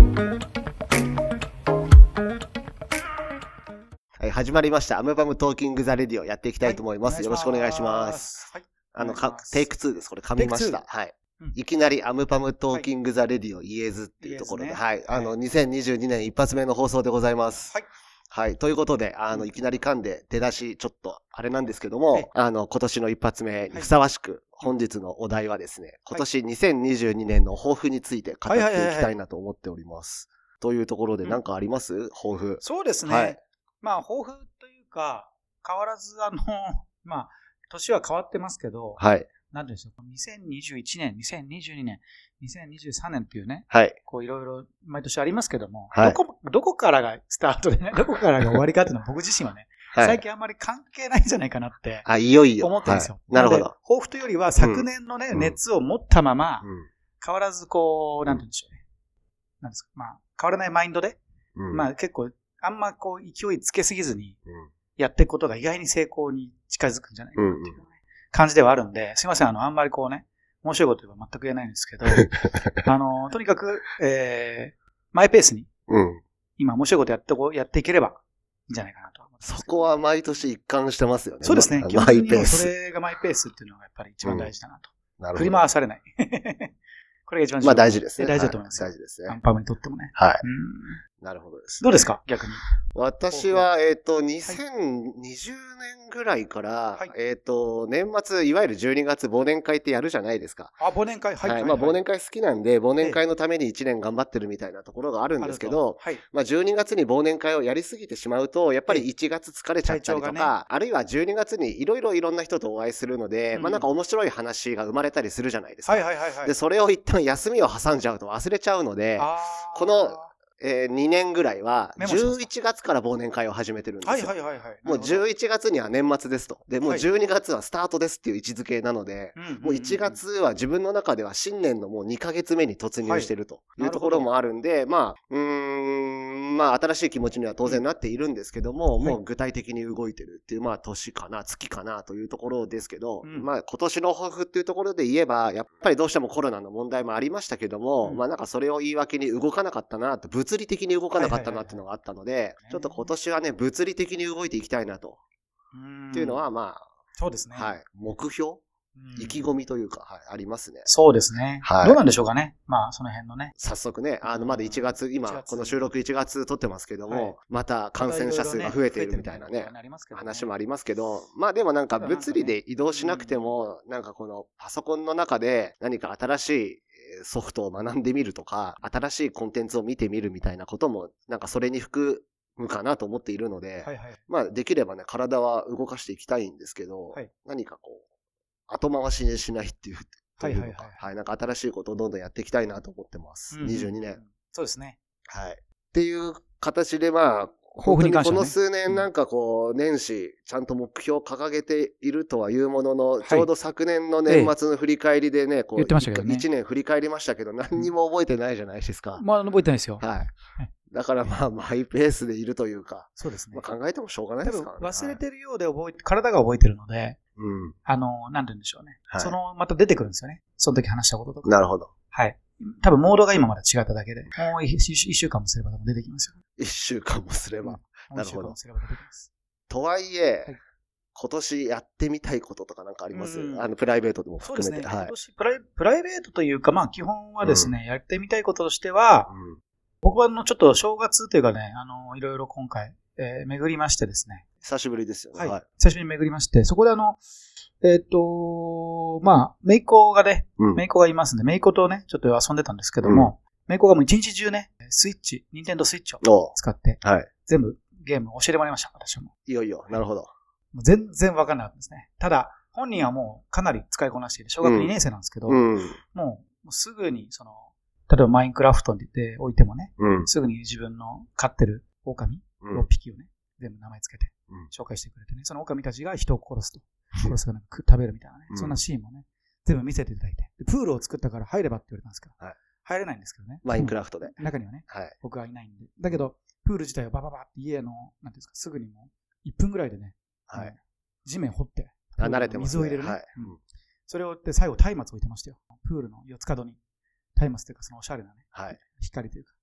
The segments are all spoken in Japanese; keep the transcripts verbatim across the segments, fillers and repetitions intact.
はい、始まりました。アムバムトーキングザレディをやっていきたいと思います。はい、よろしくお願いします。はい。あの、かテイクツーです。これ噛みました。はい。うん、いきなりアムパムトーキングザレディを言えずっていうところで、はい。はい、あの、にせんにじゅうにねん一発目の放送でございます。はい。はい。ということで、あの、いきなり噛んで出だし、ちょっと、あれなんですけども、あの、今年の一発目にふさわしく、本日のお題はですね、今年にせんにじゅうにねんの抱負について語っていきたいなと思っております。というところで、何かあります、うん、抱負。 そうですね。はい、まあ、抱負というか、変わらず、あの、まあ、年は変わってますけど、はい。なんていうんでしょう、にせんにじゅういちねん、にせんにじゅうにねん、にせんにじゅうさんねんっていうね、はい。こういろいろ毎年ありますけども、はい。どこ、どこからがスタートでね、どこからが終わりかっていうのは僕自身はね、はい、最近あんまり関係ないんじゃないかなって、あ、いよいよ思ってるんですよ。はい、なるほど。抱負というよりは、昨年のね、うん、熱を持ったまま、うん、変わらずこう、なんていうんでしょうね。なんですか、まあ、変わらないマインドで、うん、まあ結構、あんまこう勢いつけすぎずに、やっていくことが意外に成功に近づくんじゃないかなっていう感じではあるんで、すいません、あの、あんまりこうね、面白いことは全く言えないんですけど、あの、とにかく、えー、マイペースに、うん、今面白いことやってこう、やっていければいいんじゃないかなと思います。 そこは毎年一貫してますよね。 そうですね。 まあ、 基本的にそれがマイペースっていうのがやっぱり一番大事だなと。うん、なるほど。振り回されない。これが一番重要。 まあ大事ですね。 大事だと思います。 はい、大事ですね。 アンパムにとってもね。 はい。うん、なるほどです、ね。 どうですか逆に。 私は、えっと、にせんにじゅうねんぐらいから、はい、えっと、年末、いわゆるじゅうにがつ忘年会ってやるじゃないですか。 あ、忘年会、はい。 はい。まあ、忘年会好きなんで、忘年会のためにいちねん頑張ってるみたいなところがあるんですけど、はい、まあ、じゅうにがつに忘年会をやりすぎてしまうと、やっぱりいちがつ疲れちゃったりとか、ね、あるいはじゅうにがつにいろいろいろんな人とお会いするので、うん、まあ、なんか面白い話が生まれたりするじゃないですか。はいはいはいはい。で、それを一旦休みを挟んじゃうと忘れちゃうので、この、えー、にねんぐらいは、じゅういちがつから忘年会を始めてるんですよ。はいはいはいはい。もうじゅういちがつには年末ですと。で、もうじゅうにがつはスタートですっていう位置づけなので、はい、もういちがつは自分の中では新年のもうにかげつめに突入してるというところもあるんで、はい、まあ、うーん、まあ新しい気持ちには当然なっているんですけども、うん、もう具体的に動いてるっていう、まあ年かな、月かなというところですけど、うん、まあ今年の抱負っていうところで言えば、やっぱりどうしてもコロナの問題もありましたけども、うん、まあなんかそれを言い訳に動かなかったなと、物理的に動かなかったなっていうのがあったので、ちょっと今年はね、物理的に動いていきたいなと。っていうのは、まあ、 そうですね。 はい。目標意気込みというか、はい、ありますね。 そうですね。はい。どうなんでしょうかね。まあ、その辺のね。 早速ね、あの、まだいちがつ、今、この収録いちがつ撮ってますけども、また感染者数が増えているみたいなね、話もありますけど、まあでもなんか物理で移動しなくても、なんかこのパソコンの中で何か新しいソフトを学んでみるとか、新しいコンテンツを見てみるみたいなことも、なんかそれに含むかなと思っているので、はいはい、まあできればね、体は動かしていきたいんですけど、はい、何かこう、後回しにしないっていう、はいはいはい。はい、なんか新しいことをどんどんやっていきたいなと思ってます。うんうん、にじゅうにねん。 そうですね。 はい。っていう形でまあ、本当にこの数年なんかこう、年始、ちゃんと目標を掲げているとはいうものの、ちょうど昨年の年末の振り返りでね、こう、いちねん振り返りましたけど、何にも覚えてないじゃないですか。 まあ、覚えてないですよ。 はい。だからまあ、マイペースでいるというか。 そうですね。 まあ考えてもしょうがないですからね。 忘れてるようで覚えて、体が覚えてるので、うん。あの、なんて言うんでしょうね。その、また出てくるんですよね。その時話したこととか。 なるほど。 はい。多分モードが今まだ違っただけで、もう一週間もすれば多分出てきますよ。 一週間もすれば。なるほど。一週間もすれば出てきます。 とはいえ、はい、今年やってみたいこととかなんかあります？うん、あの、プライベートでも含めて。 そうですね。 はい、 今年プライ、プライベートというか、まあ基本はですね、うん、やってみたいこととしては、うん、僕はあの、ちょっと正月というかね、あの、いろいろ今回、えー、巡りましてですね。 久しぶりですよね。 はい。はい、久しぶりに巡りまして、そこであの、えっ、ー、と、まあ、姪っ子がね、うん、姪っ子がいますんで、姪っ子とね、ちょっと遊んでたんですけども、うん、姪っ子がもう一日中ね、スイッチ、ニンテンドースイッチを使って、はい、全部ゲームを教えてもらいました、私も。 いよいよ、なるほど。 もう全然わかんなかったですね。ただ、本人はもうかなり使いこなしていて、小学にねん生なんですけど、うん、もうすぐに、その、例えばマインクラフトで置いてもね、うん、すぐに自分の飼ってる狼、うん、ろっぴきをね、全部名前つけて、紹介してくれてね、その狼たちが人を殺すと。殺すかなんか食べるみたいなね、うん、そんなシーンもね、全部見せていただいて。プールを作ったから入ればって言われたんですけど、はい、入れないんですけどね。 マインクラフトで。 中にはね、はい、僕はいないんで。だけど、プール自体はバババって家の、なんていうんですか、すぐにもういっぷんぐらいでね、はい、地面掘って、 慣れてますね。 水を入れるね。 はいうん、それをって最後松明置いてましたよ。プールの四つ角に。松明というかそのおしゃれなね、はい、光というか。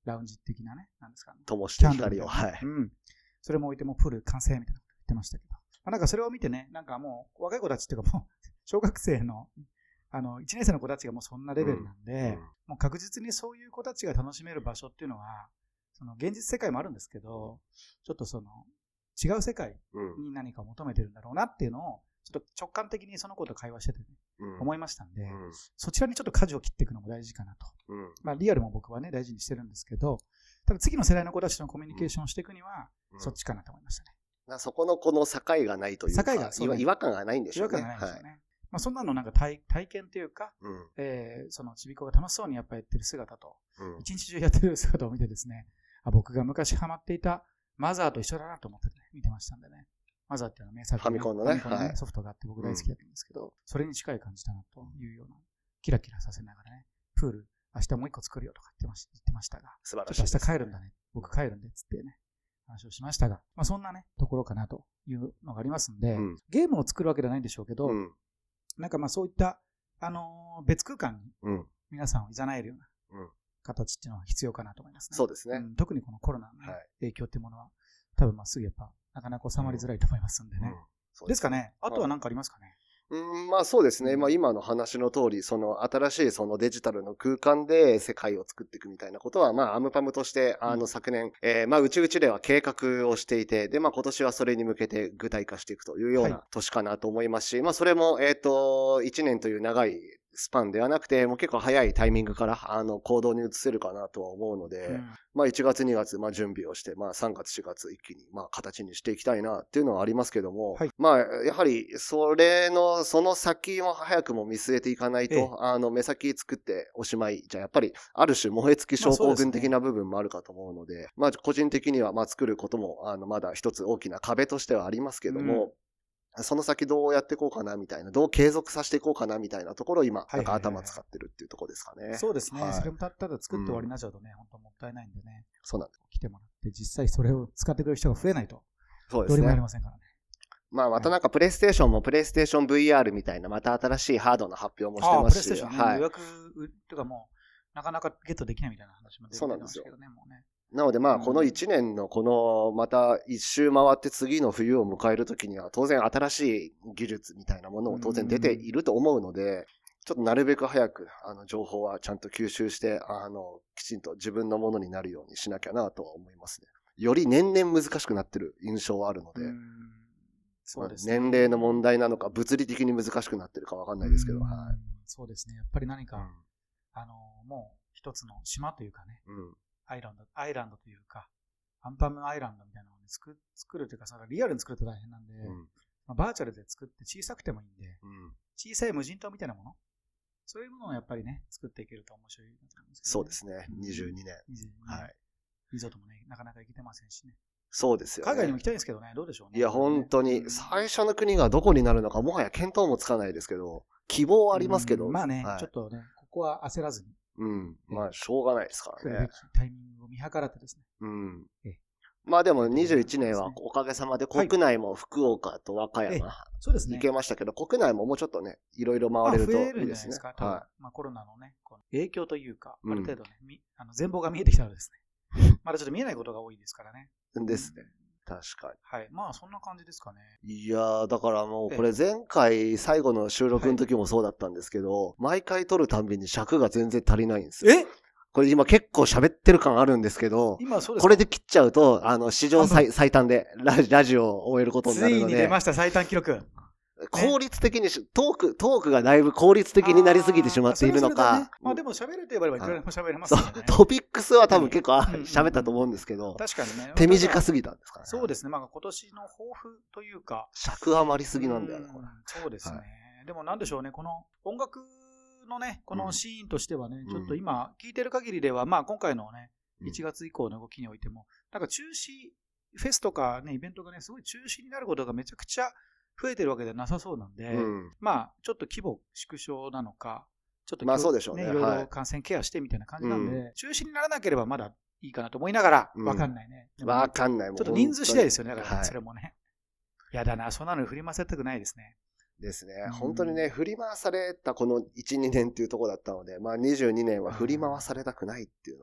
ラウンジ的なね、なんですかね。 灯して光を、はい。 うん。それも置いてもプール完成みたいなこと言ってましたけど。まあ、なんかそれを見てね、なんかもう若い子たちっていうかもう、小学生の、あの、いちねん生の子たちがもうそんなレベルなんで、うんうん、もう確実にそういう子たちが楽しめる場所っていうのは、その現実世界もあるんですけど、ちょっとその、違う世界に何かを求めてるんだろうなっていうのを、ちょっと直感的にその子と会話しててね、うん、思いましたんで、うん、そちらにちょっと舵を切っていくのも大事かなと。うん、まあリアルも僕はね、大事にしてるんですけど、ただ次の世代の子たちとのコミュニケーションをしていくには、そっちかなと思いましたね。 そこのこの境がないというか、境がそう、ね、違和感がないんでしょうね。 違和感がないんでしょうね。はい、まあ、そんなのなんか 体, 体験というか、うん、えー、そのちびっ子が楽しそうにやっぱやってる姿と、うん、一日中やってる姿を見てですね、あ、僕が昔ハマっていたマザーと一緒だなと思って、ね、見てましたんでね。マザーっていうのは名作、 ね、ファミコンの ね, ファミコンのね、はい、ソフトがあって僕大好きだったんですけど、うん、それに近い感じだなというような、キラキラさせながらね、プール、明日もう一個作るよとか言ってました、言ってましたが、 素晴らしいですね、 ちょっと明日帰るんだね、僕帰るんでっつってね、話をしましたが、まあ、そんなね、ところかなというのがありますんで、うん、ゲームを作るわけじゃないんでしょうけど、うん、なんかまあそういった、あのー、別空間に皆さんを誘えるような形っていうのは必要かなと思いますね。 そうですね。 うん、特にこのコロナの、ね、はい、影響っていうものは、多分まあすぐやっぱなかなか収まりづらいと思いますんでね。うんうん、ですですかね。あとは何かありますかね。 うん、まあそうですね。まあ今の話の通り、その新しいそのデジタルの空間で世界を作っていくみたいなことは、まあアムパムとして、あの昨年、えー、まあうちうちでは計画をしていて、でまあ今年はそれに向けて具体化していくというような年かなと思いますし、はい、まあそれも、えっと、いちねんという長いスパンではなくて、もう結構早いタイミングから、あの、行動に移せるかなとは思うので、うん、まあいちがつにがつ、まあ準備をして、まあさんがつしがつ一気に、まあ形にしていきたいなっていうのはありますけども、はい、まあやはりそれの、その先を早くも見据えていかないと、ええ、あの、目先作っておしまいじゃ、やっぱりある種燃え尽き症候群的な部分もあるかと思うので、まあ、ね、まあ個人的には、まあ作ることも、あの、まだ一つ大きな壁としてはありますけども、うん、その先どうやっていこうかなみたいな、どう継続させていこうかなみたいなところを今、なんか頭使ってるっていうところですかね。 そうですね。はい、それもたっただ作って終わりになっちゃうとね、うん、本当もったいないんでね。 そうなんです。 来てもらって、実際それを使ってくれる人が増えないと。 そうですね。 どうにもありませんからね。 まあまたなんかプレイステーションもプレイステーション ブイアール みたいなまた新しいハードの発表もしてますし。 ああ、プレイステーションね、はい、予約とかもうなかなかゲットできないみたいな話も出てきますけどね、もうね。 なのでまあこのいちねんのこのまた一周回って次の冬を迎えるときには当然新しい技術みたいなものも当然出ていると思うので、ちょっとなるべく早くあの情報はちゃんと吸収してあのきちんと自分のものになるようにしなきゃなとは思いますね。より年々難しくなってる印象はあるので。そうですね、年齢の問題なのか物理的に難しくなってるかわかんないですけど、はい、 そうですね。やっぱり何か、うん、あのもう一つの島というかね、うん、アイランドアイランドというかアンパムアイランドみたいなのを、ね、作, 作るというか、それリアルに作ると大変なんで、うん、まあ、バーチャルで作って小さくてもいいんで、うん、小さい無人島みたいなもの、そういうものをやっぱりね作っていけると面白いなと思うんですけど、ね、 そうですね。にじゅうにねん、にじゅうにねん、はい、リゾートもねなかなか行けてませんしね。 そうですよね。 海外にも行きたいんですけどね、どうでしょうね。 いや、本当に、最初の国がどこになるのか、もはや見当もつかないですけど、希望はありますけど。 まあね、はい、ちょっとね、ここは焦らずに。 うん。まあ、しょうがないですからね。 タイミングを見計らってですね。 うん。まあでもにじゅういちねんはおかげさまで国内も福岡と和歌山、 そうですね。 行けましたけど、国内ももうちょっとね、いろいろ回れるといいですね。 増えるんじゃないですか。はい。まあコロナのね、影響というか、ある程度ね、あの全貌が見えてきたらですね。まだちょっと見えないことが多いですからね。 ですね。確かに。 はい。まあ、そんな感じですかね。 いやー、だからもう、これ前回最後の収録の時もそうだったんですけど、はい、毎回撮るたんびに尺が全然足りないんですよ。 えこれ今結構喋ってる感あるんですけど、 今そうですこれで切っちゃうと、あの、史上 最, 最短でラジ、ラジオを終えることになるので。 ついに出ました、最短記録。 効率的に、ね、トーク、トークがだいぶ効率的になりすぎてしまっているのか。 あ、ね、まあでも喋ると言えばいくらでも喋れますよね。 トピックスは多分結構喋ったと思うんですけど。 確かにね。 手短すぎたんですかね。 そうですね。まあ今年の抱負というか。 尺余りすぎなんだよな、これ。 そうですね。はい、でもなんでしょうね。この音楽のね、このシーンとしてはね、うん、ちょっと今聞いてる限りでは、まあ今回のね、いちがつ以降の動きにおいても、なんか中止、フェスとかね、イベントがね、すごい中止になることがめちゃくちゃ増えてるわけではなさそうなんで、うん、まあちょっと規模縮小なのか、ちょっと、 まあそうでしょうね、 いろいろ感染ケアしてみたいな感じなんで、はい、中止にならなければまだいいかなと思いながら、わかんないね。 わ、うん、かんないもん。 ちょっと人数次第ですよね、だから、それもね。やだな、そんなの振り回せたくないですね。 ですね。本当にね、振り回されたこのいち、にねんっていうところだったので、まあにじゅうにねんは振り回されたくないっていうのはもう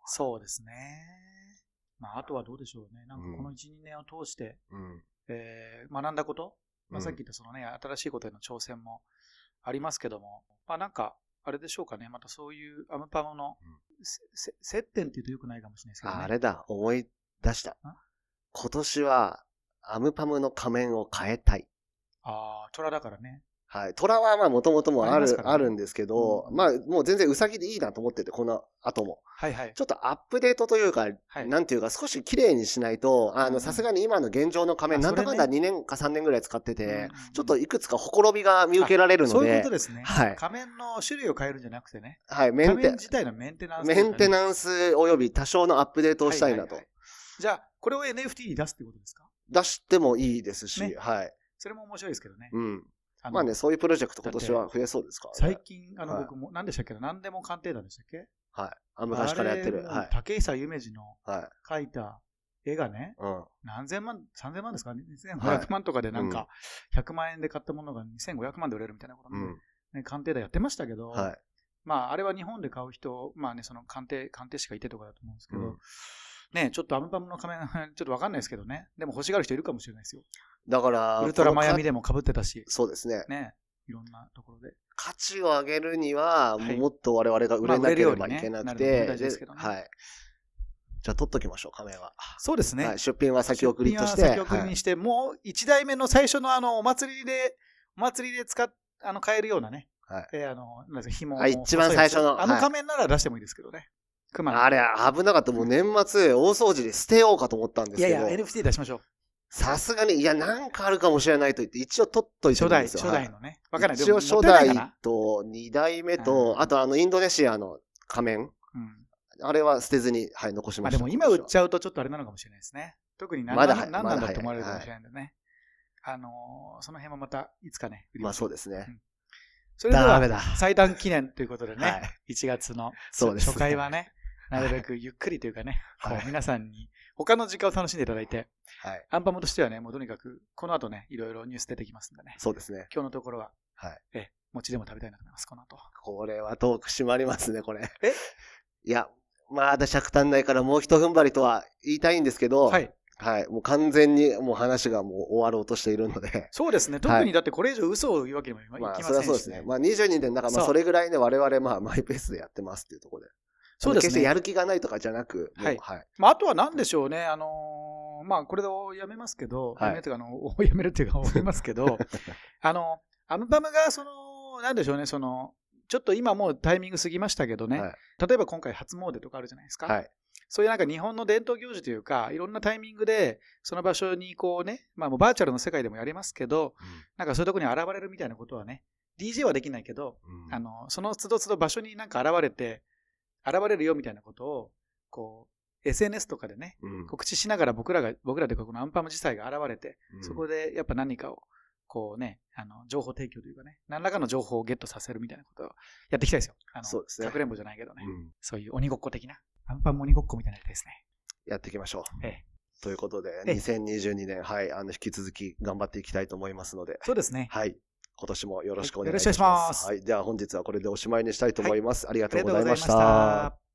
そうですね。まあ、あとはどうでしょうね。なんかこのいち、にねんを通して、うんえー、学んだこと、まあ、さっき言ったそのね、新しいことへの挑戦もありますけども、まあなんか、あれでしょうかね。またそういうアムパムの、うん、接点って言うとよくないかもしれないですけどね。 あ, あれだ、思い出した。今年はアムパムの仮面を変えたい。 ああ、虎だからね。 はい。虎はまあもともともある、あ, ね、あるんですけど、うん、まあもう全然ウサギでいいなと思ってて、この後も。はいはい。ちょっとアップデートというか、はい、なんていうか少し綺麗にしないと、あの、さすがに今の現状の仮面、なんだかんだにねんかさんねんぐらい使ってて、ね、ちょっといくつかほころびが見受けられるので。 そういうことですね。はい。仮面の種類を変えるんじゃなくてね。 はい。 メンテ、仮面自体のメンテナンス、 ね。メンテナンス及び多少のアップデートをしたいなと。はいはいはい、 じゃあ、これを エヌエフティー に出すってことですか？ 出してもいいですし、ね、はい。 それも面白いですけどね。 うん。まあね、そういうプロジェクト今年は増えそうですからね。最近、あの、はい、僕も、何でしたっけな、何でも鑑定団でしたっけ？ はい。あ、昔からやってる。はい。 竹久夢二の描いた絵がね、はい、何千万、さんぜんまんですか ?にせんごひゃくまんとかでなんか、ひゃくまん円で買ったものがにせんごひゃくまんで売れるみたいなことね、うんね、鑑定団やってましたけど、はい、まあ、あれは日本で買う人、まあね、その鑑定、鑑定士がいてとかだと思うんですけど、うんね、ちょっとアムパムの仮面、ちょっとわかんないですけどね。でも欲しがる人いるかもしれないですよ。 だから、 ウルトラマヤミでも被ってたし。 そうですね。 ね。いろんなところで。 価値を上げるには、はい、もっと我々が売れなければいけなくて。 まあ、ですけどね。 はい。じゃあ取っときましょう、仮面は。 そうですね。はい、 出品は先送りとして。 出品は先送りにして、はい、もう一代目の最初のあの、お祭りで、お祭りで使っ、あの、買えるようなね。はい。えー、あの、なんですか、紐を。 一番最初の。 あの仮面なら出してもいいですけどね。 熊あれ、危なかった。もう年末、大掃除で捨てようかと思ったんですけど。 いやいや、エヌエフティー 出しましょう。 さすがに、いや、なんかあるかもしれないと言って、一応取っといてるんですよ。 初代、初代のね。わかんない。 一応初代とに代目と、あとあの、インドネシアの仮面。うん。あれは捨てずに、はい、残しました。 まあでも今売っちゃうとちょっとあれなのかもしれないですね。特に何、ま、何なんだって思われるかもしれないんでね。はい、あのー、その辺もまた、いつかね。 まあそうですね。うん、 それでは、最短記念ということでね。はい、いちがつの初回はね。なるべくゆっくりというかね、はい、こう皆さんに他の時間を楽しんでいただいて、はい、アンパムとしてはね、もうとにかくこの後ね、いろいろニュース出てきますんでね。 そうですね。 今日のところは、はい、え、餅でも食べたいなと思います、この後。 これはトーク締まりますね、これ。えいや、まだ尺足んないからもう一踏ん張りとは言いたいんですけど、はい。はい。もう完全にもう話がもう終わろうとしているので。 そうですね。特にだってこれ以上嘘を言うわけにもいきませんし、ね。まあ、それはそうですね。 まあにじゅうにねんだからまあそれぐらいね、我々まあマイペースでやってますっていうところで。そうですね。決してやる気がないとかじゃなく、 はい。はい、まあ、あとは何でしょうね。あのー、まあ、これでやめますけど、はい、やめるというか、あの、やめるっていうか、思いますけど、あの、アムパムが、その、なんでしょうね、その、ちょっと今もうタイミング過ぎましたけどね、はい、例えば今回初詣とかあるじゃないですか。はい。そういうなんか日本の伝統行事というか、いろんなタイミングで、その場所にこうね、まあもうバーチャルの世界でもやりますけど、うん、なんかそういうところに現れるみたいなことはね、ディージェー はできないけど、うん、あの、その都度都度場所になんか現れて、現れるよみたいなことを、こう、エスエヌエス とかでね、うん、告知しながら僕らが、僕らというかこのアンパム自体が現れて、うん、そこでやっぱ何かを、こうね、あの、情報提供というかね、何らかの情報をゲットさせるみたいなことをやっていきたいですよ。あの、そうですね。かくれんぼじゃないけどね、うん。そういう鬼ごっこ的な、アンパム鬼ごっこみたいなやつですね。 やっていきましょう。ええ。ということで、にせんにじゅうにねん、はい、あの、引き続き頑張っていきたいと思いますので。 そうですね。 はい。今年もよろしくお願いします。はい、よろしくお願いします。はい。では本日はこれでおしまいにしたいと思います。はい、ありがとうございました。